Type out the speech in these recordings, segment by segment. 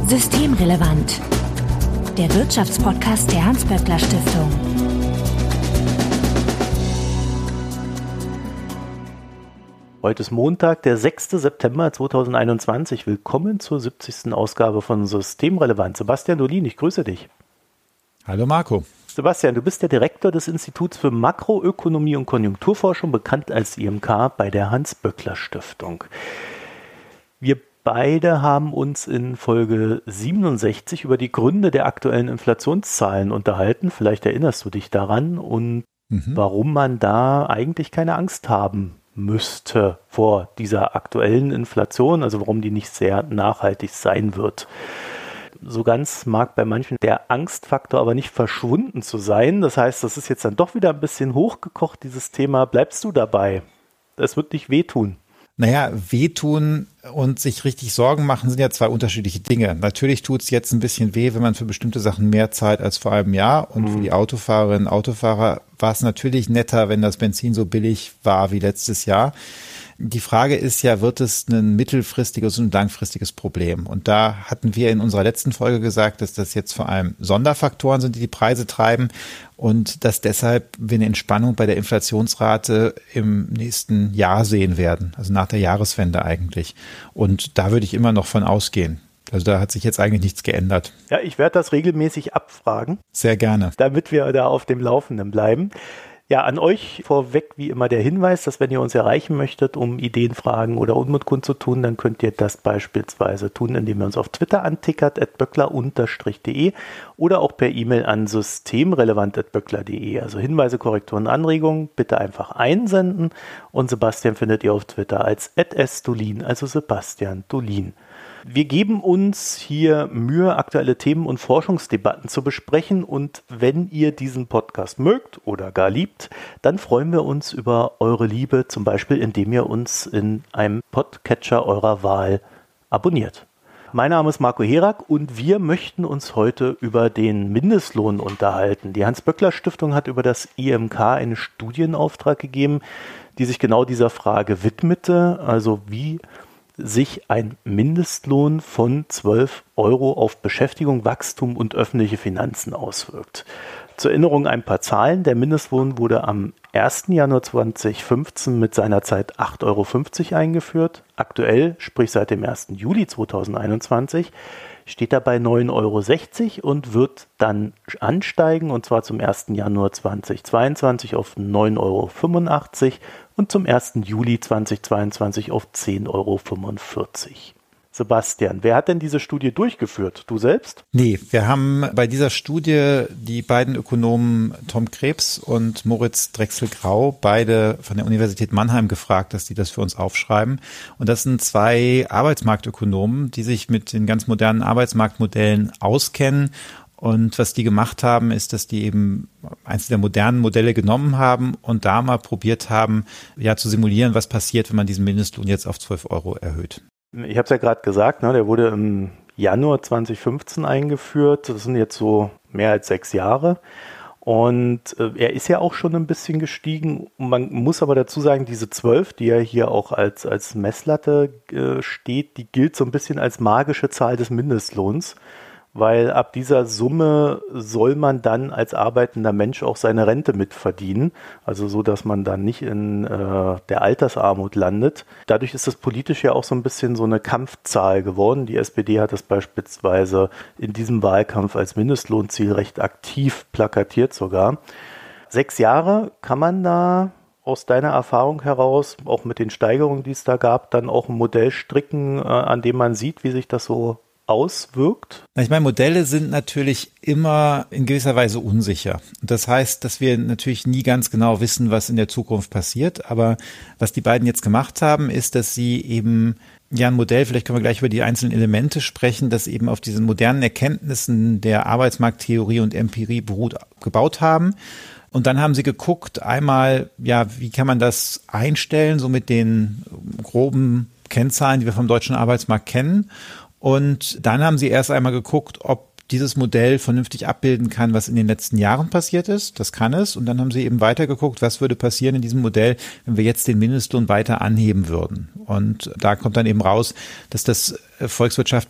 Systemrelevant. Der Wirtschaftspodcast der Hans-Böckler-Stiftung. Heute ist Montag, der 6. September 2021. Willkommen zur 70. Ausgabe von Systemrelevant. Sebastian Dolin, ich grüße dich. Hallo Marco. Sebastian, du bist der Direktor des Instituts für Makroökonomie und Konjunkturforschung, bekannt als IMK, bei der Hans-Böckler-Stiftung. Wir beide haben uns in Folge 67 über die Gründe der aktuellen Inflationszahlen unterhalten. Vielleicht erinnerst du dich daran und warum man da eigentlich keine Angst haben müsste vor dieser aktuellen Inflation, also warum die nicht sehr nachhaltig sein wird. So ganz mag bei manchen der Angstfaktor aber nicht verschwunden zu sein. Das heißt, das ist jetzt dann doch wieder ein bisschen hochgekocht, dieses Thema. Bleibst du dabei? Es wird nicht wehtun. Naja, wehtun und sich richtig Sorgen machen sind ja zwei unterschiedliche Dinge. Natürlich tut es jetzt ein bisschen weh, wenn man für bestimmte Sachen mehr zahlt als vor einem Jahr. Und für die Autofahrerinnen und Autofahrer war es natürlich netter, wenn das Benzin so billig war wie letztes Jahr. Die Frage ist ja, wird es ein mittelfristiges und langfristiges Problem? Und da hatten wir in unserer letzten Folge gesagt, dass das jetzt vor allem Sonderfaktoren sind, die die Preise treiben und dass deshalb wir eine Entspannung bei der Inflationsrate im nächsten Jahr sehen werden, also nach der Jahreswende eigentlich. Und da würde ich immer noch von ausgehen. Also da hat sich jetzt eigentlich nichts geändert. Ja, ich werde das regelmäßig abfragen. Sehr gerne. Damit wir da auf dem Laufenden bleiben. Ja, an euch vorweg wie immer der Hinweis, dass wenn ihr uns erreichen möchtet, um Ideen, Fragen oder Unmut kundzutun, dann könnt ihr das beispielsweise tun, indem ihr uns auf Twitter antickert, @böckler_de oder auch per E-Mail an systemrelevant@böckler.de. Also Hinweise, Korrekturen, Anregungen bitte einfach einsenden und Sebastian findet ihr auf Twitter als @sdolin, also Sebastian Dolin. Wir geben uns hier Mühe, aktuelle Themen und Forschungsdebatten zu besprechen und wenn ihr diesen Podcast mögt oder gar liebt, dann freuen wir uns über eure Liebe, zum Beispiel indem ihr uns in einem Podcatcher eurer Wahl abonniert. Mein Name ist Marco Herak und wir möchten uns heute über den Mindestlohn unterhalten. Die Hans-Böckler-Stiftung hat über das IMK einen Studienauftrag gegeben, die sich genau dieser Frage widmete, also wie sich ein Mindestlohn von 12 € auf Beschäftigung, Wachstum und öffentliche Finanzen auswirkt. Zur Erinnerung ein paar Zahlen. Der Mindestlohn wurde am 1. Januar 2015 mit seiner Zeit 8,50 € eingeführt. Aktuell, sprich seit dem 1. Juli 2021, steht er bei 9,60 € und wird dann ansteigen, und zwar zum 1. Januar 2022 auf 9,85 € und zum 1. Juli 2022 auf 10,45 €. Sebastian, wer hat denn diese Studie durchgeführt? Du selbst? Nee, wir haben bei dieser Studie die beiden Ökonomen Tom Krebs und Moritz Drechsel-Grau, beide von der Universität Mannheim, gefragt, dass die das für uns aufschreiben. Und das sind zwei Arbeitsmarktökonomen, die sich mit den ganz modernen Arbeitsmarktmodellen auskennen. Und was die gemacht haben, ist, dass die eben eins der modernen Modelle genommen haben und da mal probiert haben, ja, zu simulieren, was passiert, wenn man diesen Mindestlohn jetzt auf 12 € erhöht. Ich habe es ja gerade gesagt, ne, der wurde im Januar 2015 eingeführt. Das sind jetzt so mehr als 6 Jahre. Und er ist ja auch schon ein bisschen gestiegen. Man muss aber dazu sagen, diese 12, die ja hier auch als Messlatte steht, die gilt so ein bisschen als magische Zahl des Mindestlohns. Weil ab dieser Summe soll man dann als arbeitender Mensch auch seine Rente mitverdienen, also so, dass man dann nicht in der Altersarmut landet. Dadurch ist das politisch ja auch so ein bisschen so eine Kampfzahl geworden. Die SPD hat das beispielsweise in diesem Wahlkampf als Mindestlohnziel recht aktiv plakatiert sogar. 6 Jahre, kann man da aus deiner Erfahrung heraus, auch mit den Steigerungen, die es da gab, dann auch ein Modell stricken, an dem man sieht, wie sich das so auswirkt? Ich meine, Modelle sind natürlich immer in gewisser Weise unsicher. Das heißt, dass wir natürlich nie ganz genau wissen, was in der Zukunft passiert. Aber was die beiden jetzt gemacht haben, ist, dass sie eben ja ein Modell, vielleicht können wir gleich über die einzelnen Elemente sprechen, das eben auf diesen modernen Erkenntnissen der Arbeitsmarkttheorie und Empirie gebaut haben. Und dann haben sie geguckt, einmal, ja, wie kann man das einstellen, so mit den groben Kennzahlen, die wir vom deutschen Arbeitsmarkt kennen. Und dann haben sie erst einmal geguckt, ob dieses Modell vernünftig abbilden kann, was in den letzten Jahren passiert ist. Das kann es. Und dann haben sie eben weiter geguckt, was würde passieren in diesem Modell, wenn wir jetzt den Mindestlohn weiter anheben würden. Und da kommt dann eben raus, dass das volkswirtschaftlich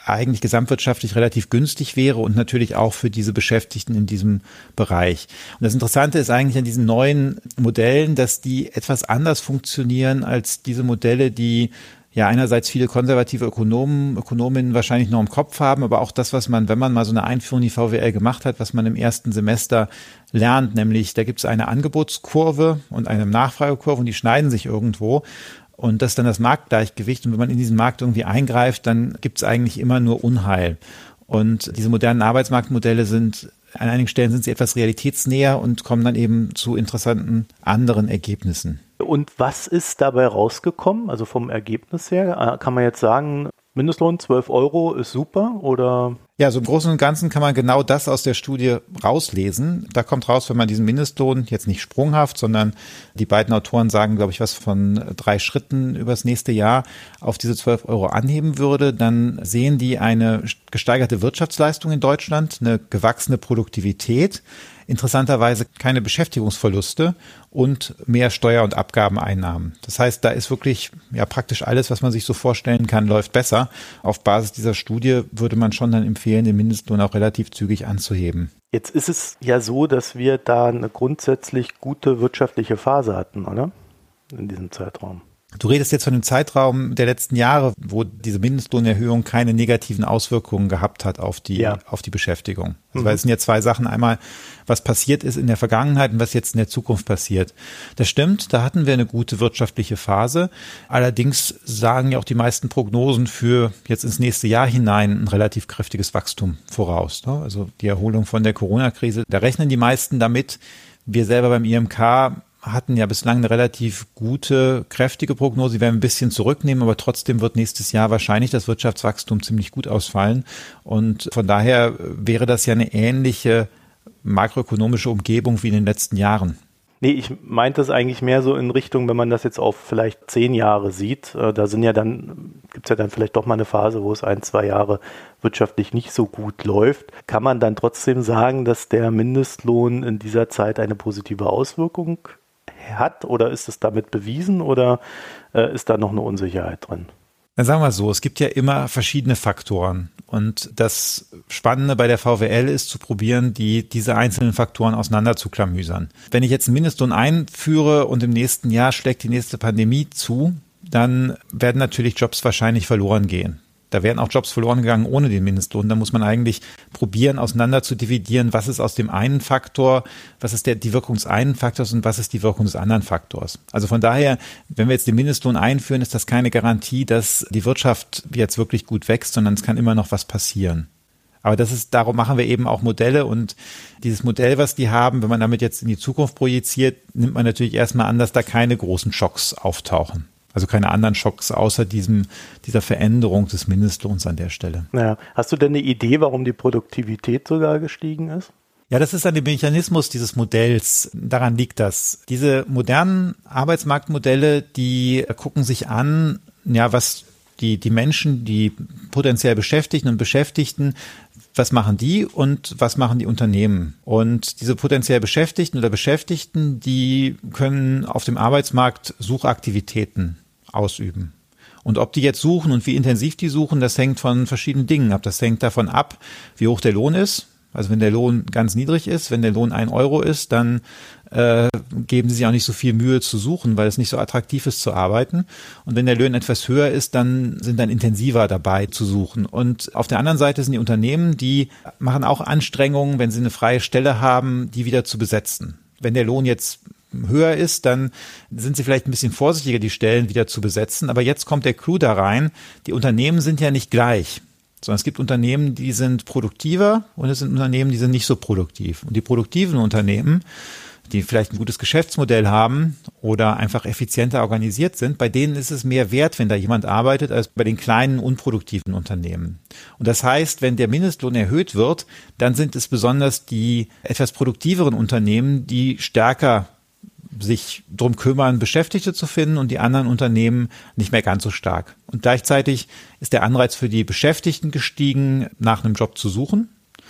eigentlich gesamtwirtschaftlich relativ günstig wäre und natürlich auch für diese Beschäftigten in diesem Bereich. Und das Interessante ist eigentlich an diesen neuen Modellen, dass die etwas anders funktionieren als diese Modelle, die ja einerseits viele konservative Ökonominnen wahrscheinlich noch im Kopf haben, aber auch das, was man, wenn man mal so eine Einführung in die VWL gemacht hat, was man im ersten Semester lernt, nämlich da gibt es eine Angebotskurve und eine Nachfragekurve und die schneiden sich irgendwo und das ist dann das Marktgleichgewicht und wenn man in diesen Markt irgendwie eingreift, dann gibt es eigentlich immer nur Unheil. Und diese modernen Arbeitsmarktmodelle sind, an einigen Stellen sind sie etwas realitätsnäher und kommen dann eben zu interessanten anderen Ergebnissen. Und was ist dabei rausgekommen? Also vom Ergebnis her, kann man jetzt sagen, Mindestlohn 12 € ist super oder? Ja, so im Großen und Ganzen kann man genau das aus der Studie rauslesen. Da kommt raus, wenn man diesen Mindestlohn jetzt nicht sprunghaft, sondern die beiden Autoren sagen, glaube ich, was von 3 Schritten übers nächste Jahr auf diese 12 € anheben würde, dann sehen die eine gesteigerte Wirtschaftsleistung in Deutschland, eine gewachsene Produktivität, interessanterweise keine Beschäftigungsverluste und mehr Steuer- und Abgabeneinnahmen. Das heißt, da ist wirklich ja praktisch alles, was man sich so vorstellen kann, läuft besser. Auf Basis dieser Studie würde man schon dann empfehlen, den Mindestlohn auch relativ zügig anzuheben. Jetzt ist es ja so, dass wir da eine grundsätzlich gute wirtschaftliche Phase hatten, oder? In diesem Zeitraum. Du redest jetzt von dem Zeitraum der letzten Jahre, wo diese Mindestlohnerhöhung keine negativen Auswirkungen gehabt hat auf die Beschäftigung. Also weil es sind ja 2 Sachen. Einmal, was passiert ist in der Vergangenheit und was jetzt in der Zukunft passiert. Das stimmt, da hatten wir eine gute wirtschaftliche Phase. Allerdings sagen ja auch die meisten Prognosen für jetzt ins nächste Jahr hinein ein relativ kräftiges Wachstum voraus. Also die Erholung von der Corona-Krise, da rechnen die meisten damit. Wir selber beim IMK hatten ja bislang eine relativ gute, kräftige Prognose. Sie werden ein bisschen zurücknehmen, aber trotzdem wird nächstes Jahr wahrscheinlich das Wirtschaftswachstum ziemlich gut ausfallen. Und von daher wäre das ja eine ähnliche makroökonomische Umgebung wie in den letzten Jahren. Nee, ich meinte es eigentlich mehr so in Richtung, wenn man das jetzt auf vielleicht 10 Jahre sieht, da sind ja dann, gibt's ja dann vielleicht doch mal eine Phase, wo es 1, 2 Jahre wirtschaftlich nicht so gut läuft. Kann man dann trotzdem sagen, dass der Mindestlohn in dieser Zeit eine positive Auswirkung hat oder ist es damit bewiesen oder ist da noch eine Unsicherheit drin? Dann sagen wir so, es gibt ja immer verschiedene Faktoren und das Spannende bei der VWL ist zu probieren, diese einzelnen Faktoren auseinander zu klamüsern. Wenn ich jetzt einen Mindestlohn einführe und im nächsten Jahr schlägt die nächste Pandemie zu, dann werden natürlich Jobs wahrscheinlich verloren gehen. Da wären auch Jobs verloren gegangen ohne den Mindestlohn. Da muss man eigentlich probieren, auseinander zu dividieren, was ist aus dem einen Faktor, was ist die Wirkung des einen Faktors und was ist die Wirkung des anderen Faktors. Also von daher, wenn wir jetzt den Mindestlohn einführen, ist das keine Garantie, dass die Wirtschaft jetzt wirklich gut wächst, sondern es kann immer noch was passieren. Aber darum machen wir eben auch Modelle und dieses Modell, was die haben, wenn man damit jetzt in die Zukunft projiziert, nimmt man natürlich erstmal an, dass da keine großen Schocks auftauchen. Also keine anderen Schocks außer dieser Veränderung des Mindestlohns an der Stelle. Ja. Hast du denn eine Idee, warum die Produktivität sogar gestiegen ist? Ja, das ist an dem Mechanismus dieses Modells. Daran liegt das. Diese modernen Arbeitsmarktmodelle, die gucken sich an, ja, was die Menschen, die potenziell Beschäftigten und Beschäftigten, was machen die und was machen die Unternehmen? Und diese potenziell Beschäftigten oder Beschäftigten, die können auf dem Arbeitsmarkt Suchaktivitäten ausüben. Und ob die jetzt suchen und wie intensiv die suchen, das hängt von verschiedenen Dingen ab. Das hängt davon ab, wie hoch der Lohn ist. Also wenn der Lohn ganz niedrig ist, wenn der Lohn 1 € ist, dann geben sie sich auch nicht so viel Mühe zu suchen, weil es nicht so attraktiv ist zu arbeiten. Und wenn der Lohn etwas höher ist, dann sind dann intensiver dabei zu suchen. Und auf der anderen Seite sind die Unternehmen, die machen auch Anstrengungen, wenn sie eine freie Stelle haben, die wieder zu besetzen. Wenn der Lohn jetzt höher ist, dann sind sie vielleicht ein bisschen vorsichtiger, die Stellen wieder zu besetzen. Aber jetzt kommt der Clou da rein. Die Unternehmen sind ja nicht gleich, sondern es gibt Unternehmen, die sind produktiver und es sind Unternehmen, die sind nicht so produktiv. Und die produktiven Unternehmen, die vielleicht ein gutes Geschäftsmodell haben oder einfach effizienter organisiert sind, bei denen ist es mehr wert, wenn da jemand arbeitet, als bei den kleinen, unproduktiven Unternehmen. Und das heißt, wenn der Mindestlohn erhöht wird, dann sind es besonders die etwas produktiveren Unternehmen, die stärker sich drum kümmern, Beschäftigte zu finden und die anderen Unternehmen nicht mehr ganz so stark. Und gleichzeitig ist der Anreiz für die Beschäftigten gestiegen, nach einem Job zu suchen.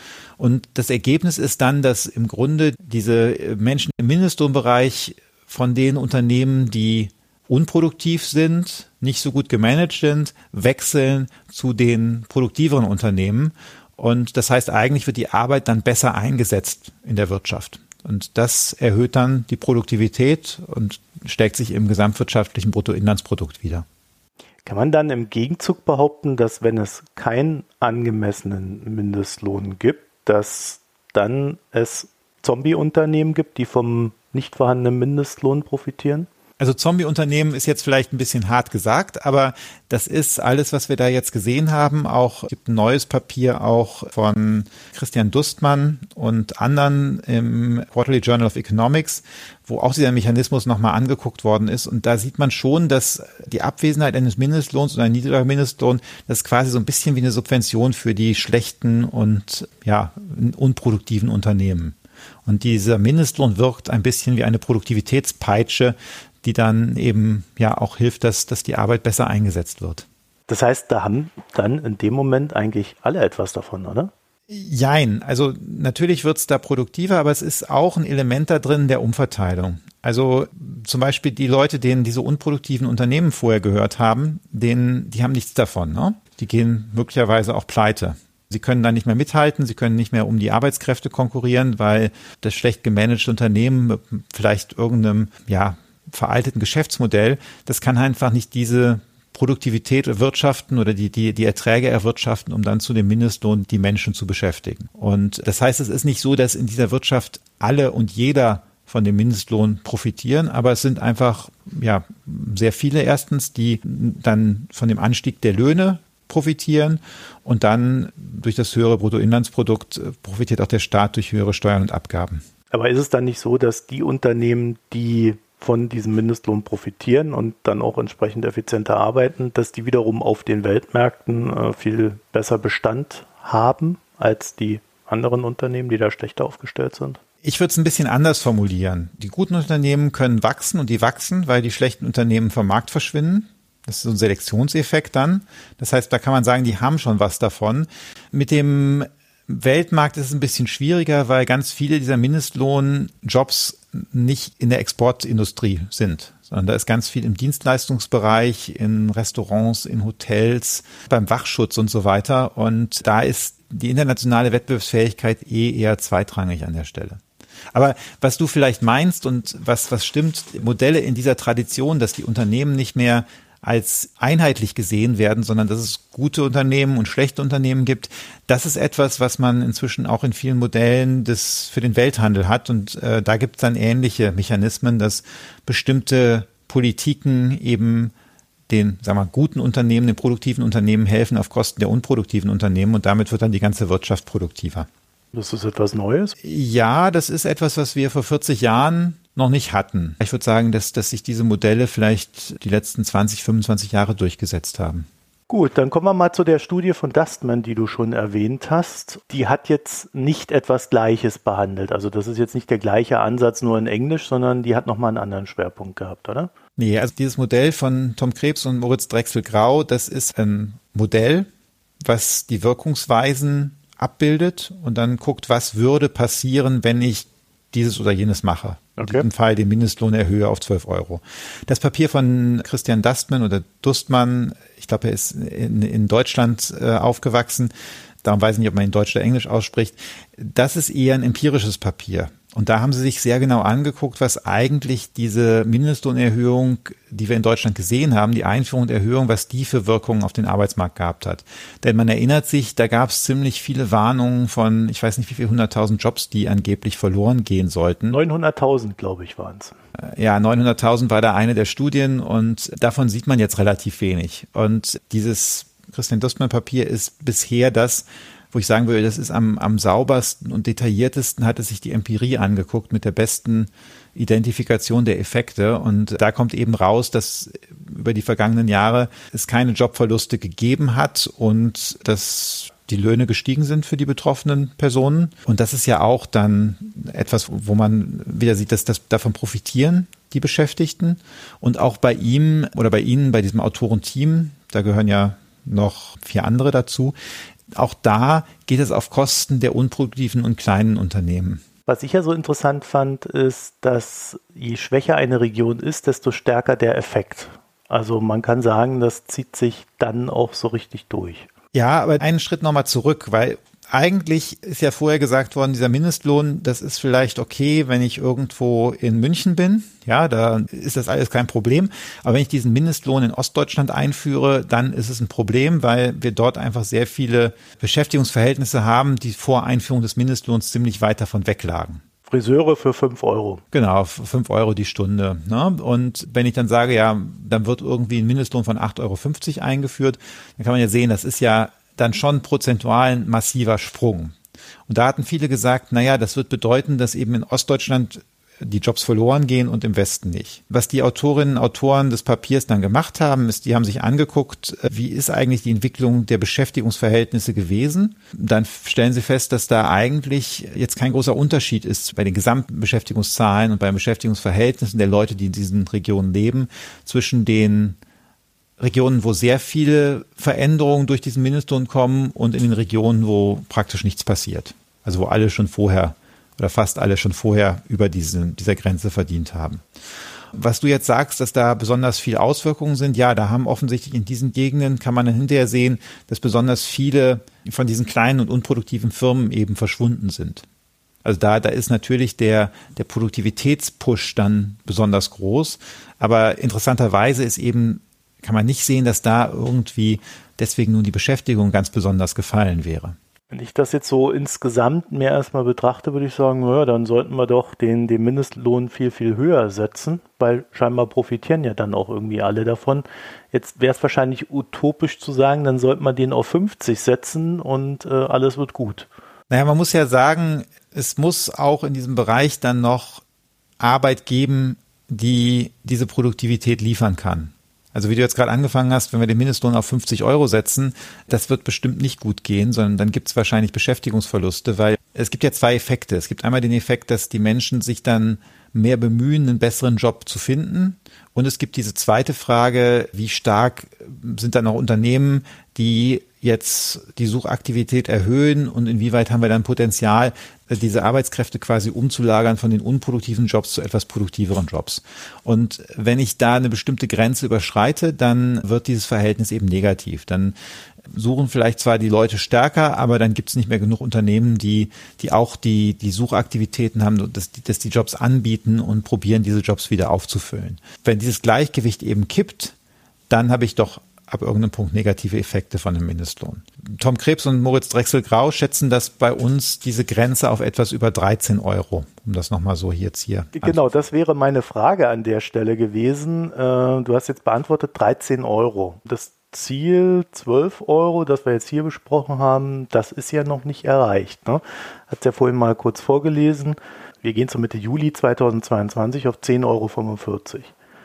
Und das Ergebnis ist dann, dass im Grunde diese Menschen im Mindestlohnbereich von den Unternehmen, die unproduktiv sind, nicht so gut gemanagt sind, wechseln zu den produktiveren Unternehmen. Und das heißt, eigentlich wird die Arbeit dann besser eingesetzt in der Wirtschaft. Und das erhöht dann die Produktivität und schlägt sich im gesamtwirtschaftlichen Bruttoinlandsprodukt wider. Kann man dann im Gegenzug behaupten, dass wenn es keinen angemessenen Mindestlohn gibt, dass dann es Zombie-Unternehmen gibt, die vom nicht vorhandenen Mindestlohn profitieren? Also Zombie-Unternehmen ist jetzt vielleicht ein bisschen hart gesagt, aber das ist alles, was wir da jetzt gesehen haben. Auch es gibt ein neues Papier auch von Christian Dustmann und anderen im Quarterly Journal of Economics, wo auch dieser Mechanismus nochmal angeguckt worden ist. Und da sieht man schon, dass die Abwesenheit eines Mindestlohns oder ein niedriger Mindestlohn, das ist quasi so ein bisschen wie eine Subvention für die schlechten und unproduktiven Unternehmen. Und dieser Mindestlohn wirkt ein bisschen wie eine Produktivitätspeitsche, die dann eben auch hilft, dass die Arbeit besser eingesetzt wird. Das heißt, da haben dann in dem Moment eigentlich alle etwas davon, oder? Jein, also natürlich wird es da produktiver, aber es ist auch ein Element da drin der Umverteilung. Also zum Beispiel die Leute, denen diese unproduktiven Unternehmen vorher gehört haben, die haben nichts davon, ne? Die gehen möglicherweise auch pleite. Sie können da nicht mehr mithalten, sie können nicht mehr um die Arbeitskräfte konkurrieren, weil das schlecht gemanagte Unternehmen mit vielleicht irgendeinem, veralteten Geschäftsmodell, das kann einfach nicht diese Produktivität erwirtschaften oder die Erträge erwirtschaften, um dann zu dem Mindestlohn die Menschen zu beschäftigen. Und das heißt, es ist nicht so, dass in dieser Wirtschaft alle und jeder von dem Mindestlohn profitieren, aber es sind einfach sehr viele erstens, die dann von dem Anstieg der Löhne profitieren und dann durch das höhere Bruttoinlandsprodukt profitiert auch der Staat durch höhere Steuern und Abgaben. Aber ist es dann nicht so, dass die Unternehmen, die von diesem Mindestlohn profitieren und dann auch entsprechend effizienter arbeiten, dass die wiederum auf den Weltmärkten viel besser Bestand haben als die anderen Unternehmen, die da schlechter aufgestellt sind? Ich würde es ein bisschen anders formulieren. Die guten Unternehmen können wachsen und die wachsen, weil die schlechten Unternehmen vom Markt verschwinden. Das ist so ein Selektionseffekt dann. Das heißt, da kann man sagen, die haben schon was davon. Mit dem Weltmarkt ist es ein bisschen schwieriger, weil ganz viele dieser Mindestlohnjobs nicht in der Exportindustrie sind, sondern da ist ganz viel im Dienstleistungsbereich, in Restaurants, in Hotels, beim Wachschutz und so weiter. Und da ist die internationale Wettbewerbsfähigkeit eher zweitrangig an der Stelle. Aber was du vielleicht meinst und was stimmt, Modelle in dieser Tradition, dass die Unternehmen nicht mehr als einheitlich gesehen werden, sondern dass es gute Unternehmen und schlechte Unternehmen gibt. Das ist etwas, was man inzwischen auch in vielen Modellen für den Welthandel hat. Und da gibt es dann ähnliche Mechanismen, dass bestimmte Politiken eben den, guten Unternehmen, den produktiven Unternehmen helfen auf Kosten der unproduktiven Unternehmen. Und damit wird dann die ganze Wirtschaft produktiver. Das ist etwas Neues? Ja, das ist etwas, was wir vor 40 Jahren noch nicht hatten. Ich würde sagen, dass sich diese Modelle vielleicht die letzten 20, 25 Jahre durchgesetzt haben. Gut, dann kommen wir mal zu der Studie von Dustman, die du schon erwähnt hast. Die hat jetzt nicht etwas Gleiches behandelt. Also das ist jetzt nicht der gleiche Ansatz nur in Englisch, sondern die hat nochmal einen anderen Schwerpunkt gehabt, oder? Nee, also dieses Modell von Tom Krebs und Moritz Drechsel-Grau, das ist ein Modell, was die Wirkungsweisen abbildet und dann guckt, was würde passieren, wenn ich dieses oder jenes mache. In diesem Fall den Mindestlohn erhöhe auf 12 Euro. Das Papier von Christian Dustmann, ich glaube, er ist in Deutschland aufgewachsen, darum weiß ich nicht, ob man in Deutsch oder Englisch ausspricht, das ist eher ein empirisches Papier. Und da haben sie sich sehr genau angeguckt, was eigentlich diese Mindestlohnerhöhung, die wir in Deutschland gesehen haben, die Einführung und Erhöhung, was die für Wirkungen auf den Arbeitsmarkt gehabt hat. Denn man erinnert sich, da gab es ziemlich viele Warnungen von, ich weiß nicht wie viele 100.000 Jobs, die angeblich verloren gehen sollten. 900.000, glaube ich, waren es. Ja, 900.000 war da eine der Studien und davon sieht man jetzt relativ wenig. Und dieses Christian Dustmann-Papier ist bisher das, wo ich sagen würde, das ist am saubersten und detailliertesten, hat es sich die Empirie angeguckt mit der besten Identifikation der Effekte. Und da kommt eben raus, dass über die vergangenen Jahre es keine Jobverluste gegeben hat und dass die Löhne gestiegen sind für die betroffenen Personen. Und das ist ja auch dann etwas, wo man wieder sieht, dass davon profitieren die Beschäftigten. Und auch bei ihm oder bei Ihnen, bei diesem Autorenteam, da gehören ja noch 4 andere dazu, auch da geht es auf Kosten der unproduktiven und kleinen Unternehmen. Was ich ja so interessant fand, ist, dass je schwächer eine Region ist, desto stärker der Effekt. Also man kann sagen, das zieht sich dann auch so richtig durch. Ja, aber einen Schritt nochmal zurück, weil eigentlich ist ja vorher gesagt worden, dieser Mindestlohn, das ist vielleicht okay, wenn ich irgendwo in München bin. Ja, da ist das alles kein Problem. Aber wenn ich diesen Mindestlohn in Ostdeutschland einführe, dann ist es ein Problem, weil wir dort einfach sehr viele Beschäftigungsverhältnisse haben, die vor Einführung des Mindestlohns ziemlich weit davon weglagen. Friseure für 5 Euro. Genau, 5 Euro die Stunde. Ne? Und wenn ich dann sage, ja, dann wird irgendwie ein Mindestlohn von 8,50 Euro eingeführt, dann kann man ja sehen, das ist ja dann schon prozentual ein massiver Sprung. Und da hatten viele gesagt, naja, das wird bedeuten, dass eben in Ostdeutschland die Jobs verloren gehen und im Westen nicht. Was die Autorinnen und Autoren des Papiers dann gemacht haben, ist, die haben sich angeguckt, wie ist eigentlich die Entwicklung der Beschäftigungsverhältnisse gewesen. Dann stellen sie fest, dass da eigentlich jetzt kein großer Unterschied ist bei den gesamten Beschäftigungszahlen und bei den Beschäftigungsverhältnissen der Leute, die in diesen Regionen leben, zwischen den Regionen, wo sehr viele Veränderungen durch diesen Mindestlohn kommen und in den Regionen, wo praktisch nichts passiert. Also wo alle schon vorher oder fast alle schon vorher über dieser Grenze verdient haben. Was du jetzt sagst, dass da besonders viele Auswirkungen sind, ja, da haben offensichtlich in diesen Gegenden, kann man dann hinterher sehen, dass besonders viele von diesen kleinen und unproduktiven Firmen eben verschwunden sind. Also da ist natürlich der Produktivitätspush dann besonders groß, aber interessanterweise ist eben, kann man nicht sehen, dass da irgendwie deswegen nun die Beschäftigung ganz besonders gefallen wäre. Wenn ich das jetzt so insgesamt mehr erstmal betrachte, würde ich sagen, naja, dann sollten wir doch den Mindestlohn viel, viel höher setzen, weil scheinbar profitieren ja dann auch irgendwie alle davon. Jetzt wäre es wahrscheinlich utopisch zu sagen, dann sollte man den auf 50 setzen und alles wird gut. Naja, man muss ja sagen, es muss auch in diesem Bereich dann noch Arbeit geben, die diese Produktivität liefern kann. Also wie du jetzt gerade angefangen hast, wenn wir den Mindestlohn auf 50 Euro setzen, das wird bestimmt nicht gut gehen, sondern dann gibt es wahrscheinlich Beschäftigungsverluste, weil es gibt ja zwei Effekte. Es gibt einmal den Effekt, dass die Menschen sich dann mehr bemühen, einen besseren Job zu finden. Und es gibt diese zweite Frage, wie stark sind da noch Unternehmen, die jetzt die Suchaktivität erhöhen und inwieweit haben wir dann Potenzial, diese Arbeitskräfte quasi umzulagern von den unproduktiven Jobs zu etwas produktiveren Jobs. Und wenn ich da eine bestimmte Grenze überschreite, dann wird dieses Verhältnis eben negativ. Dann suchen vielleicht zwar die Leute stärker, aber dann gibt es nicht mehr genug Unternehmen, die auch die Suchaktivitäten haben, dass die Jobs anbieten und probieren, diese Jobs wieder aufzufüllen. Wenn dieses Gleichgewicht eben kippt, dann habe ich doch ab irgendeinem Punkt negative Effekte von dem Mindestlohn. Tom Krebs und Moritz Drechsel-Grau schätzen das bei uns, diese Grenze auf etwas über 13 Euro, um das nochmal so jetzt hier. Genau, das wäre meine Frage an der Stelle gewesen. Du hast jetzt beantwortet 13 Euro. Das Ziel 12 Euro, das wir jetzt hier besprochen haben, das ist ja noch nicht erreicht. Ne? Hat es ja vorhin mal kurz vorgelesen. Wir gehen zur Mitte Juli 2022 auf 10,45 Euro.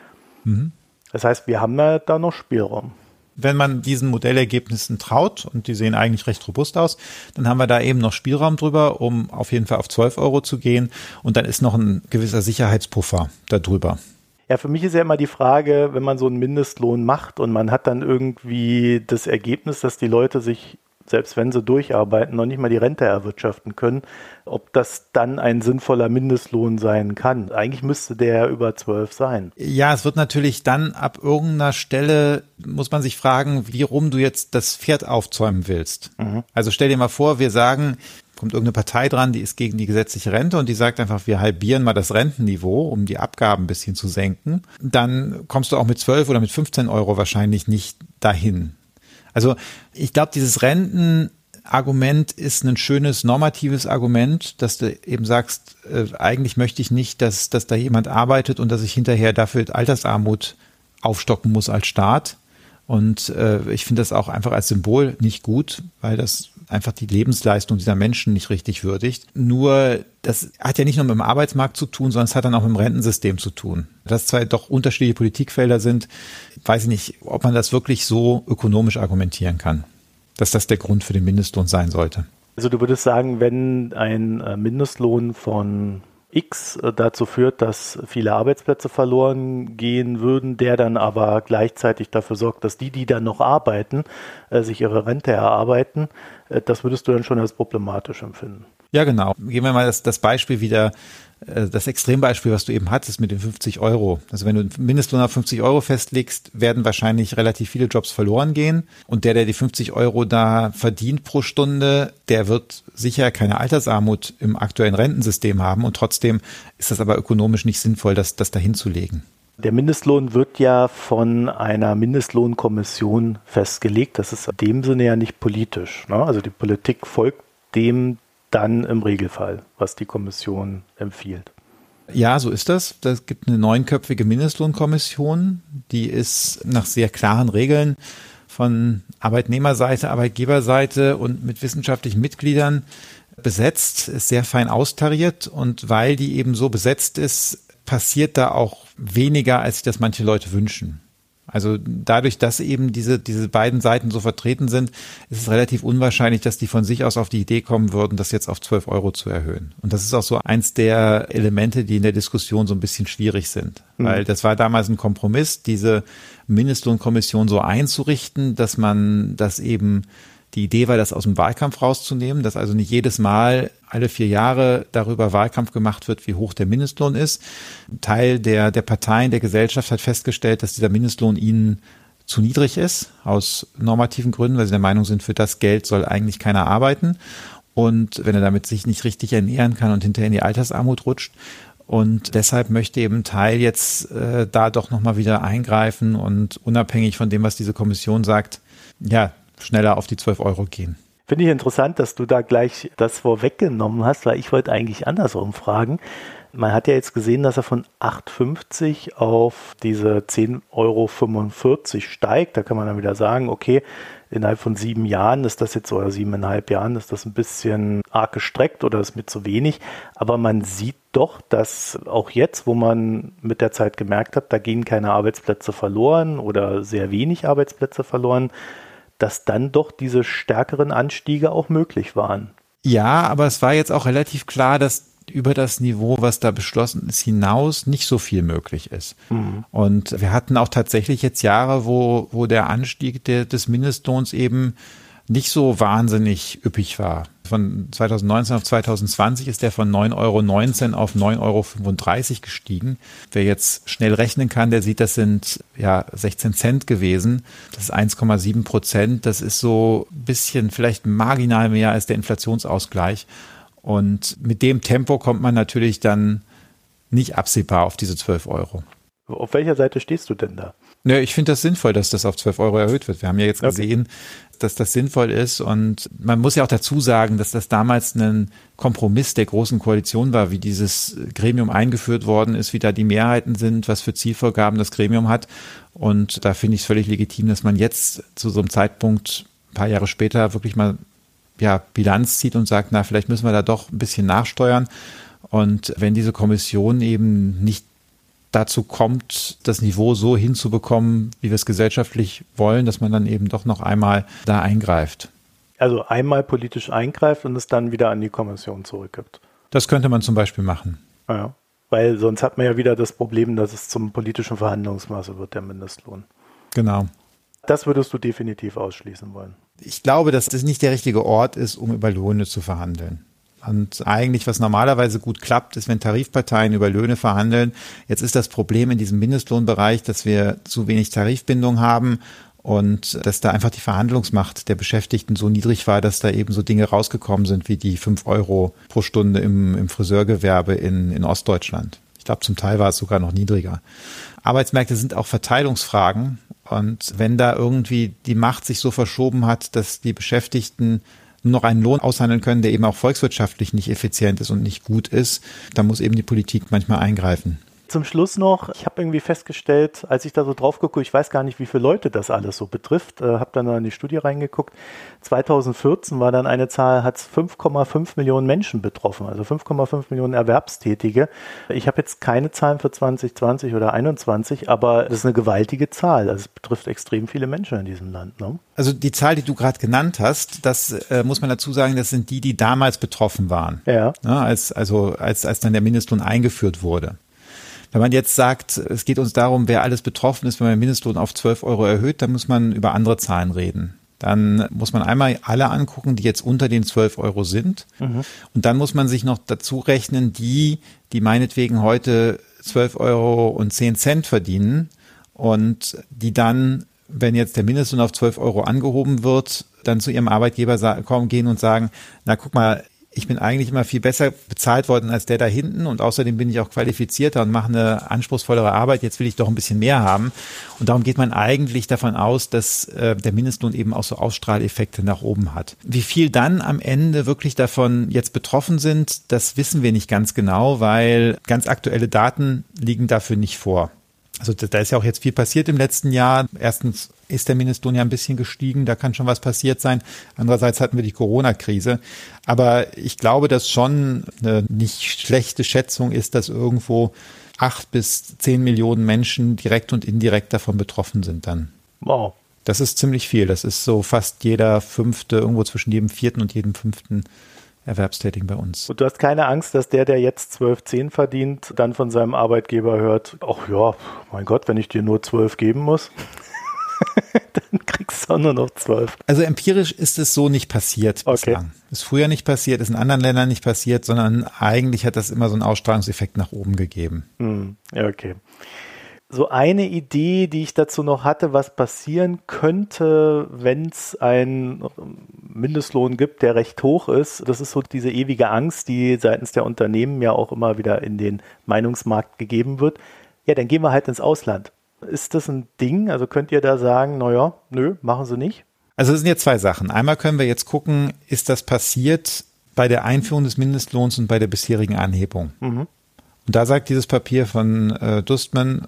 Mhm. Das heißt, wir haben ja da noch Spielraum. Wenn man diesen Modellergebnissen traut, und die sehen eigentlich recht robust aus, dann haben wir da eben noch Spielraum drüber, um auf jeden Fall auf 12 Euro zu gehen. Und dann ist noch ein gewisser Sicherheitspuffer da drüber. Ja, für mich ist ja immer die Frage, wenn man so einen Mindestlohn macht und man hat dann irgendwie das Ergebnis, dass die Leute sich, selbst wenn sie durcharbeiten, noch nicht mal die Rente erwirtschaften können, ob das dann ein sinnvoller Mindestlohn sein kann. Eigentlich müsste der über 12 sein. Ja, es wird natürlich dann ab irgendeiner Stelle, muss man sich fragen, wie rum du jetzt das Pferd aufzäumen willst. Mhm. Also stell dir mal vor, wir sagen, kommt irgendeine Partei dran, die ist gegen die gesetzliche Rente und die sagt einfach, wir halbieren mal das Rentenniveau, um die Abgaben ein bisschen zu senken. Dann kommst du auch mit 12 oder mit 15 Euro wahrscheinlich nicht dahin. Also ich glaube, dieses Rentenargument ist ein schönes normatives Argument, dass du eben sagst, eigentlich möchte ich nicht, dass da jemand arbeitet und dass ich hinterher dafür Altersarmut aufstocken muss als Staat. Und ich finde das auch einfach als Symbol nicht gut, weil das einfach die Lebensleistung dieser Menschen nicht richtig würdigt. Nur, das hat ja nicht nur mit dem Arbeitsmarkt zu tun, sondern es hat dann auch mit dem Rentensystem zu tun. Dass zwei doch unterschiedliche Politikfelder sind, weiß ich nicht, ob man das wirklich so ökonomisch argumentieren kann, dass das der Grund für den Mindestlohn sein sollte. Also du würdest sagen, wenn ein Mindestlohn von X dazu führt, dass viele Arbeitsplätze verloren gehen würden, der dann aber gleichzeitig dafür sorgt, dass die dann noch arbeiten, sich ihre Rente erarbeiten, das würdest du dann schon als problematisch empfinden. Ja, genau. Gehen wir mal das Beispiel wieder, das Extrembeispiel, was du eben hattest mit den 50 Euro. Also wenn du einen Mindestlohn auf 50 Euro festlegst, werden wahrscheinlich relativ viele Jobs verloren gehen. Und der die 50 Euro da verdient pro Stunde, der wird sicher keine Altersarmut im aktuellen Rentensystem haben. Und trotzdem ist das aber ökonomisch nicht sinnvoll, das da hinzulegen. Der Mindestlohn wird ja von einer Mindestlohnkommission festgelegt. Das ist in dem Sinne ja nicht politisch, ne? Also die Politik folgt dem dann im Regelfall, was die Kommission empfiehlt. Ja, so ist das. Es gibt eine 9-köpfige Mindestlohnkommission, die ist nach sehr klaren Regeln von Arbeitnehmerseite, Arbeitgeberseite und mit wissenschaftlichen Mitgliedern besetzt, ist sehr fein austariert, und weil die eben so besetzt ist, passiert da auch weniger, als sich das manche Leute wünschen. Also dadurch, dass eben diese beiden Seiten so vertreten sind, ist es relativ unwahrscheinlich, dass die von sich aus auf die Idee kommen würden, das jetzt auf 12 Euro zu erhöhen. Und das ist auch so eins der Elemente, die in der Diskussion so ein bisschen schwierig sind. Weil das war damals ein Kompromiss, diese Mindestlohnkommission so einzurichten, dass man das eben, die Idee war, das aus dem Wahlkampf rauszunehmen, dass also nicht jedes Mal alle 4 Jahre darüber Wahlkampf gemacht wird, wie hoch der Mindestlohn ist. Ein Teil der Parteien, der Gesellschaft hat festgestellt, dass dieser Mindestlohn ihnen zu niedrig ist, aus normativen Gründen, weil sie der Meinung sind, für das Geld soll eigentlich keiner arbeiten. Und wenn er damit sich nicht richtig ernähren kann und hinterher in die Altersarmut rutscht. Und deshalb möchte eben ein Teil jetzt da doch nochmal wieder eingreifen und unabhängig von dem, was diese Kommission sagt, ja, schneller auf die 12 Euro gehen. Finde ich interessant, dass du da gleich das vorweggenommen hast, weil ich wollte eigentlich andersrum fragen. Man hat ja jetzt gesehen, dass er von 8,50 auf diese 10,45 Euro steigt. Da kann man dann wieder sagen, okay, innerhalb von 7 Jahren ist das jetzt, oder 7,5 Jahren ist das ein bisschen arg gestreckt oder ist mir zu wenig. Aber man sieht doch, dass auch jetzt, wo man mit der Zeit gemerkt hat, da gehen keine Arbeitsplätze verloren oder sehr wenig Arbeitsplätze verloren, dass dann doch diese stärkeren Anstiege auch möglich waren. Ja, aber es war jetzt auch relativ klar, dass über das Niveau, was da beschlossen ist, hinaus nicht so viel möglich ist. Mhm. Und wir hatten auch tatsächlich jetzt Jahre, wo der Anstieg des Mindestlohns eben nicht so wahnsinnig üppig war. Von 2019 auf 2020 ist der von 9,19 Euro auf 9,35 Euro gestiegen. Wer jetzt schnell rechnen kann, der sieht, das sind ja 16 Cent gewesen. Das ist 1,7%. Das ist so ein bisschen, vielleicht marginal mehr als der Inflationsausgleich. Und mit dem Tempo kommt man natürlich dann nicht absehbar auf diese 12 Euro. Auf welcher Seite stehst du denn da? Ja, ich finde das sinnvoll, dass das auf 12 Euro erhöht wird. Wir haben ja jetzt gesehen, dass das sinnvoll ist, und man muss ja auch dazu sagen, dass das damals ein Kompromiss der Großen Koalition war, wie dieses Gremium eingeführt worden ist, wie da die Mehrheiten sind, was für Zielvorgaben das Gremium hat, und da finde ich es völlig legitim, dass man jetzt zu so einem Zeitpunkt, ein paar Jahre später, wirklich mal Bilanz zieht und sagt, na, vielleicht müssen wir da doch ein bisschen nachsteuern, und wenn diese Kommission eben nicht dazu kommt, das Niveau so hinzubekommen, wie wir es gesellschaftlich wollen, dass man dann eben doch noch einmal da eingreift. Also einmal politisch eingreift und es dann wieder an die Kommission zurückgibt. Das könnte man zum Beispiel machen. Ja, weil sonst hat man ja wieder das Problem, dass es zum politischen Verhandlungsmaße wird, der Mindestlohn. Genau. Das würdest du definitiv ausschließen wollen. Ich glaube, dass das nicht der richtige Ort ist, um über Löhne zu verhandeln. Und eigentlich, was normalerweise gut klappt, ist, wenn Tarifparteien über Löhne verhandeln. Jetzt ist das Problem in diesem Mindestlohnbereich, dass wir zu wenig Tarifbindung haben und dass da einfach die Verhandlungsmacht der Beschäftigten so niedrig war, dass da eben so Dinge rausgekommen sind wie die 5 Euro pro Stunde im Friseurgewerbe in Ostdeutschland. Ich glaube, zum Teil war es sogar noch niedriger. Arbeitsmärkte sind auch Verteilungsfragen, und wenn da irgendwie die Macht sich so verschoben hat, dass die Beschäftigten nur noch einen Lohn aushandeln können, der eben auch volkswirtschaftlich nicht effizient ist und nicht gut ist, dann muss eben die Politik manchmal eingreifen. Zum Schluss noch, ich habe irgendwie festgestellt, als ich da so drauf gucke, ich weiß gar nicht, wie viele Leute das alles so betrifft, habe dann in die Studie reingeguckt. 2014 war dann eine Zahl, hat es 5,5 Millionen Menschen betroffen, also 5,5 Millionen Erwerbstätige. Ich habe jetzt keine Zahlen für 2020 oder 2021, aber das ist eine gewaltige Zahl. Also es betrifft extrem viele Menschen in diesem Land, ne? Also die Zahl, die du gerade genannt hast, das muss man dazu sagen, das sind die damals betroffen waren. Ja. Als dann der Mindestlohn eingeführt wurde. Wenn man jetzt sagt, es geht uns darum, wer alles betroffen ist, wenn man den Mindestlohn auf 12 Euro erhöht, dann muss man über andere Zahlen reden. dann muss man einmal alle angucken, die jetzt unter den 12 Euro sind. Und dann muss man sich noch dazu rechnen, die meinetwegen heute 12 Euro und 10 Cent verdienen und die dann, wenn jetzt der Mindestlohn auf 12 Euro angehoben wird, dann zu ihrem Arbeitgeber gehen und sagen, na guck mal, ich bin eigentlich immer viel besser bezahlt worden als der da hinten und außerdem bin ich auch qualifizierter und mache eine anspruchsvollere Arbeit. Jetzt will ich doch ein bisschen mehr haben. Und darum geht man eigentlich davon aus, dass der Mindestlohn eben auch so Ausstrahleffekte nach oben hat. Wie viel dann am Ende wirklich davon jetzt betroffen sind, das wissen wir nicht ganz genau, weil ganz aktuelle Daten liegen dafür nicht vor. Also da ist ja auch jetzt viel passiert im letzten Jahr. Erstens ist der Mindestlohn ja ein bisschen gestiegen, da kann schon was passiert sein. Andererseits hatten wir die Corona-Krise. Aber ich glaube, dass schon eine nicht schlechte Schätzung ist, dass irgendwo 8 bis 10 Millionen Menschen direkt und indirekt davon betroffen sind dann. Wow. Das ist ziemlich viel. Das ist so fast jeder fünfte, irgendwo zwischen jedem vierten und jedem fünften Erwerbstätigen bei uns. Und du hast keine Angst, dass der jetzt 12,10 verdient, dann von seinem Arbeitgeber hört, ach ja, mein Gott, wenn ich dir nur 12 geben muss, dann kriegst du auch nur noch 12. Also empirisch ist es so nicht passiert bislang. Ist früher nicht passiert, ist in anderen Ländern nicht passiert, sondern eigentlich hat das immer so einen Ausstrahlungseffekt nach oben gegeben. Ja, okay. So eine Idee, die ich dazu noch hatte, was passieren könnte, wenn es einen Mindestlohn gibt, der recht hoch ist. Das ist so diese ewige Angst, die seitens der Unternehmen ja auch immer wieder in den Meinungsmarkt gegeben wird. Ja, dann gehen wir halt ins Ausland. Ist das ein Ding? Also könnt ihr da sagen, naja, nö, machen Sie nicht? Also es sind jetzt zwei Sachen. Einmal können wir jetzt gucken, ist das passiert bei der Einführung des Mindestlohns und bei der bisherigen Anhebung? Und da sagt dieses Papier von Dustman,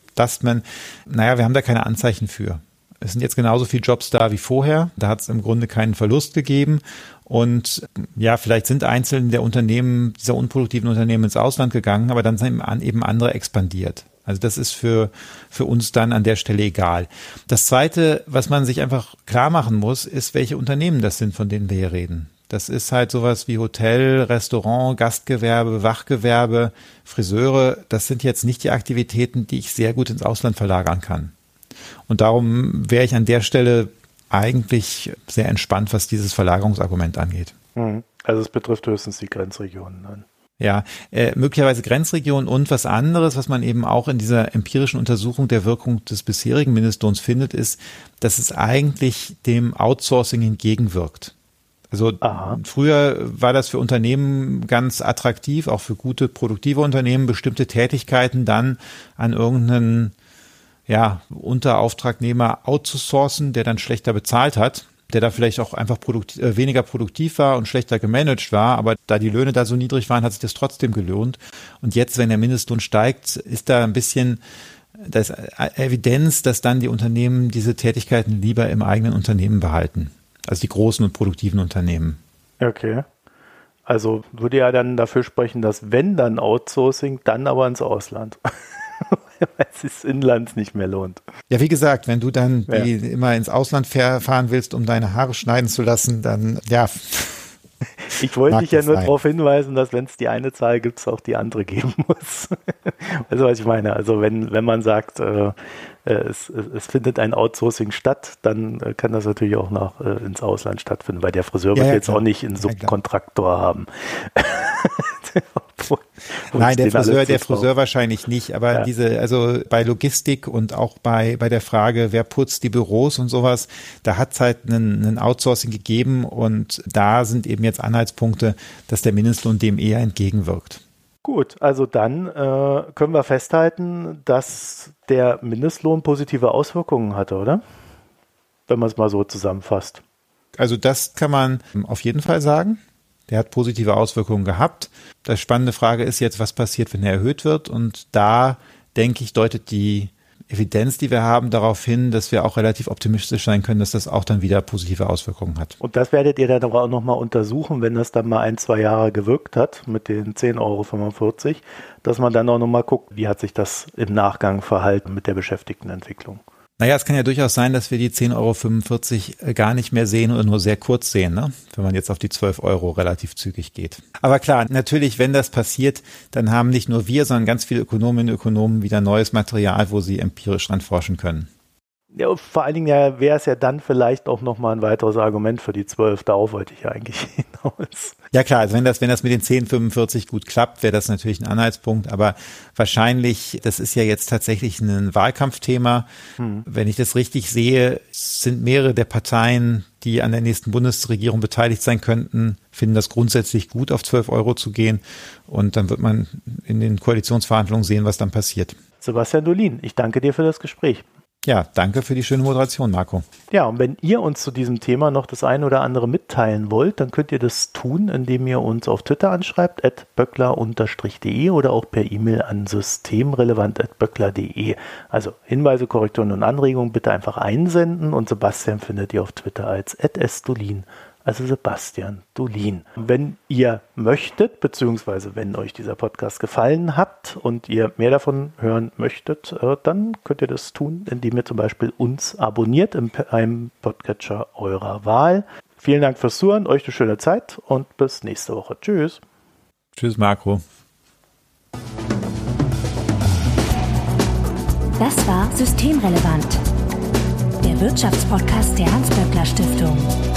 naja, wir haben da keine Anzeichen für. Es sind jetzt genauso viele Jobs da wie vorher. Da hat es im Grunde keinen Verlust gegeben. Und ja, vielleicht sind einzelne der Unternehmen, dieser unproduktiven Unternehmen ins Ausland gegangen, aber dann sind eben andere expandiert. Also das ist für uns dann an der Stelle egal. Das Zweite, was man sich einfach klar machen muss, ist, welche Unternehmen das sind, von denen wir hier reden. Das ist halt sowas wie Hotel, Restaurant, Gastgewerbe, Wachgewerbe, Friseure. Das sind jetzt nicht die Aktivitäten, die ich sehr gut ins Ausland verlagern kann. Und darum wäre ich an der Stelle eigentlich sehr entspannt, was dieses Verlagerungsargument angeht. Also es betrifft höchstens die Grenzregionen dann. Ja, möglicherweise Grenzregionen und was anderes, was man eben auch in dieser empirischen Untersuchung der Wirkung des bisherigen Mindestlohns findet, ist, dass es eigentlich dem Outsourcing entgegenwirkt. Also früher war das für Unternehmen ganz attraktiv, auch für gute, produktive Unternehmen, bestimmte Tätigkeiten dann an irgendeinen Unterauftragnehmer outzusourcen, der dann schlechter bezahlt hat, der da vielleicht auch einfach weniger produktiv war und schlechter gemanagt war, aber da die Löhne da so niedrig waren, hat sich das trotzdem gelohnt. Und jetzt, wenn der Mindestlohn steigt, ist da ein bisschen das Evidenz, dass dann die Unternehmen diese Tätigkeiten lieber im eigenen Unternehmen behalten. Also die großen und produktiven Unternehmen. Okay. Also würde ja dann dafür sprechen, dass wenn dann Outsourcing, dann aber ins Ausland. Weil es sich inlands nicht mehr lohnt. Ja, wie gesagt, wenn du dann immer ins Ausland fahren willst, um deine Haare schneiden zu lassen, dann Ich wollte dich ja nur darauf hinweisen, dass wenn es die eine Zahl gibt, es auch die andere geben muss. Also was ich meine, also wenn man sagt, es findet ein Outsourcing statt, dann kann das natürlich auch ins Ausland stattfinden, weil der Friseur wird jetzt auch nicht einen Subkontraktor haben. Nein, der Friseur wahrscheinlich nicht, aber also bei Logistik und auch bei der Frage, wer putzt die Büros und sowas, da hat es halt einen Outsourcing gegeben und da sind eben jetzt Anhaltspunkte, dass der Mindestlohn dem eher entgegenwirkt. Gut, also dann können wir festhalten, dass der Mindestlohn positive Auswirkungen hatte, oder? Wenn man es mal so zusammenfasst. Also das kann man auf jeden Fall sagen. Der hat positive Auswirkungen gehabt. Die spannende Frage ist jetzt, was passiert, wenn er erhöht wird? Und da, denke ich, deutet die Evidenz, die wir haben, darauf hin, dass wir auch relativ optimistisch sein können, dass das auch dann wieder positive Auswirkungen hat. Und das werdet ihr dann auch nochmal untersuchen, wenn das dann mal 1-2 Jahre gewirkt hat mit den 10,45 €, dass man dann auch nochmal guckt, wie hat sich das im Nachgang verhalten mit der Beschäftigtenentwicklung. Naja, es kann ja durchaus sein, dass wir die 10,45 € gar nicht mehr sehen oder nur sehr kurz sehen, ne? Wenn man jetzt auf die 12 € relativ zügig geht. Aber klar, natürlich, wenn das passiert, dann haben nicht nur wir, sondern ganz viele Ökonominnen und Ökonomen wieder neues Material, wo sie empirisch dran forschen können. Ja, vor allen Dingen wäre es ja dann vielleicht auch nochmal ein weiteres Argument für die 12. Darauf wollte ich ja eigentlich hinaus. Ja klar, also wenn das mit den 10,45 gut klappt, wäre das natürlich ein Anhaltspunkt, aber wahrscheinlich, das ist ja jetzt tatsächlich ein Wahlkampfthema. Wenn ich das richtig sehe, sind mehrere der Parteien, die an der nächsten Bundesregierung beteiligt sein könnten, finden das grundsätzlich gut, auf 12 Euro zu gehen, und dann wird man in den Koalitionsverhandlungen sehen, was dann passiert. Sebastian Dolin, ich danke dir für das Gespräch. Ja, danke für die schöne Moderation, Marco. Ja, und wenn ihr uns zu diesem Thema noch das eine oder andere mitteilen wollt, dann könnt ihr das tun, indem ihr uns auf Twitter anschreibt, @böckler_de, oder auch per E-Mail an systemrelevant@böckler.de. Also Hinweise, Korrekturen und Anregungen bitte einfach einsenden, und Sebastian findet ihr auf Twitter als @sdolin. Also Sebastian Dolin. Wenn ihr möchtet, beziehungsweise wenn euch dieser Podcast gefallen hat und ihr mehr davon hören möchtet, dann könnt ihr das tun, indem ihr zum Beispiel uns abonniert in einem Podcatcher eurer Wahl. Vielen Dank fürs Zuhören, euch eine schöne Zeit und bis nächste Woche. Tschüss. Tschüss, Marco. Das war Systemrelevant, der Wirtschaftspodcast der Hans-Böckler Stiftung.